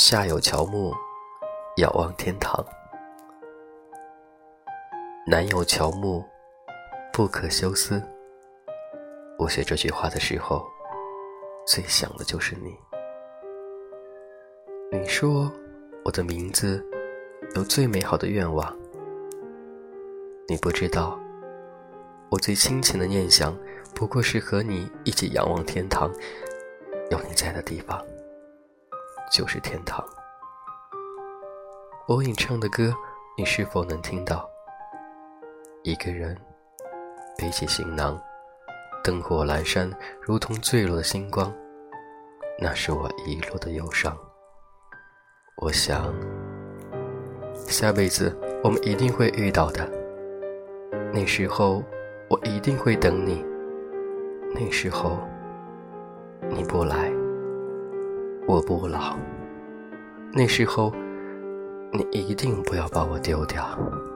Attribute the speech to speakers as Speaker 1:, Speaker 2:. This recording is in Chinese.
Speaker 1: 夏有乔木，遥望天堂。南有乔木，不可休思。我写这句话的时候，最想的就是你。你说我的名字有最美好的愿望，你不知道，我最亲情的念想不过是和你一起仰望天堂，有你在的地方就是天堂。我吟唱的歌，你是否能听到？一个人背起行囊，灯火阑珊，如同坠落的星光，那是我遗落的忧伤。我想下辈子我们一定会遇到的，那时候我一定会等你，那时候你不来我不老，那时候你一定不要把我丢掉。